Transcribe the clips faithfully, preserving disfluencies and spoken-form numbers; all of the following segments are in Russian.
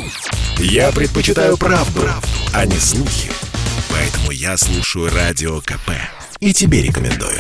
Я предпочитаю правду, правду, а не слухи. Поэтому я слушаю Радио КП. И тебе рекомендую.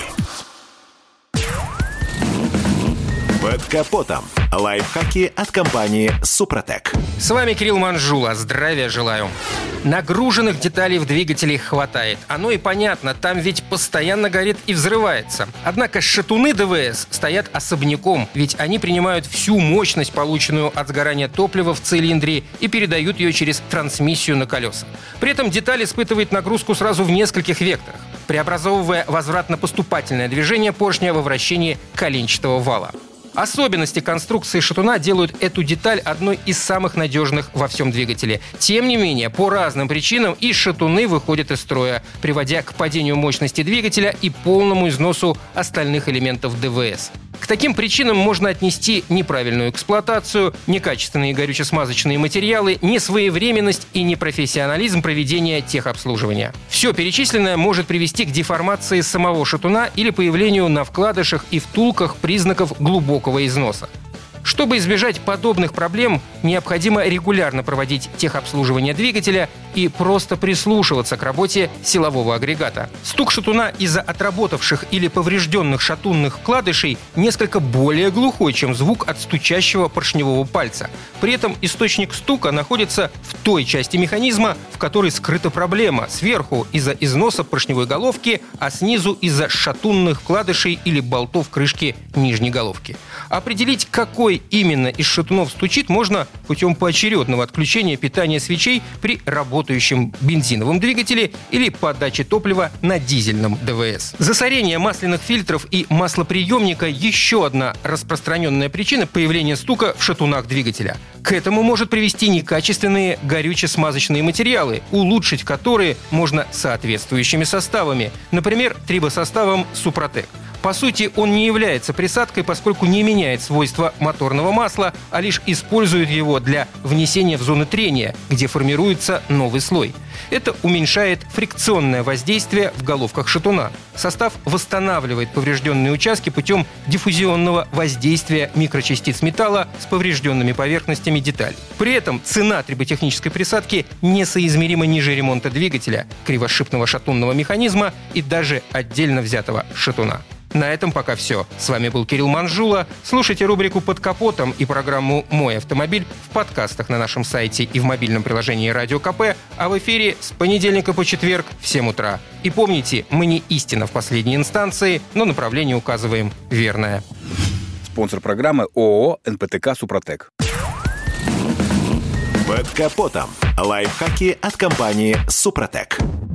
Под капотом. Лайфхаки от компании «Супротек». С вами Кирилл Манжула. Здравия желаю. Нагруженных деталей в двигателе хватает. Оно и понятно, там ведь постоянно горит и взрывается. Однако шатуны ДВС стоят особняком, ведь они принимают всю мощность, полученную от сгорания топлива в цилиндре, и передают ее через трансмиссию на колеса. При этом деталь испытывает нагрузку сразу в нескольких векторах, преобразовывая возвратно-поступательное движение поршня во вращении коленчатого вала. Особенности конструкции шатуна делают эту деталь одной из самых надежных во всем двигателе. Тем не менее, по разным причинам и шатуны выходят из строя, приводя к падению мощности двигателя и полному износу остальных элементов ДВС. К таким причинам можно отнести неправильную эксплуатацию, некачественные горюче-смазочные материалы, несвоевременность и непрофессионализм проведения техобслуживания. Все перечисленное может привести к деформации самого шатуна или появлению на вкладышах и втулках признаков глубокого износа. Чтобы избежать подобных проблем, необходимо регулярно проводить техобслуживание двигателя и просто прислушиваться к работе силового агрегата. Стук шатуна из-за отработавших или поврежденных шатунных вкладышей несколько более глухой, чем звук от стучащего поршневого пальца. При этом источник стука находится в той части механизма, в которой скрыта проблема. Сверху из-за износа поршневой головки, а снизу из-за шатунных вкладышей или болтов крышки нижней головки. Определить, какой именно из шатунов стучит, можно путем поочередного отключения питания свечей при работающем бензиновом двигателе или подаче топлива на дизельном ДВС. Засорение масляных фильтров и маслоприемника – еще одна распространенная причина появления стука в шатунах двигателя. К этому может привести некачественные горюче-смазочные материалы, улучшить которые можно соответствующими составами, например, трибосоставом «Супротек». По сути, он не является присадкой, поскольку не меняет свойства моторного масла, а лишь использует его для внесения в зоны трения, где формируется новый слой. Это уменьшает фрикционное воздействие в головках шатуна. Состав восстанавливает поврежденные участки путем диффузионного воздействия микрочастиц металла с поврежденными поверхностями деталей. При этом цена триботехнической присадки несоизмеримо ниже ремонта двигателя, кривошипного шатунного механизма и даже отдельно взятого шатуна. На этом пока все. С вами был Кирилл Манжула. Слушайте рубрику «Под капотом» и программу «Мой автомобиль» в подкастах на нашем сайте и в мобильном приложении Радио КП, а в эфире с понедельника по четверг в семь утра. И помните, мы не истина в последней инстанции, но направление указываем верное. Спонсор программы ООО «эн пэ тэ ка Супротек». Под капотом. Лайфхаки от компании «Супротек».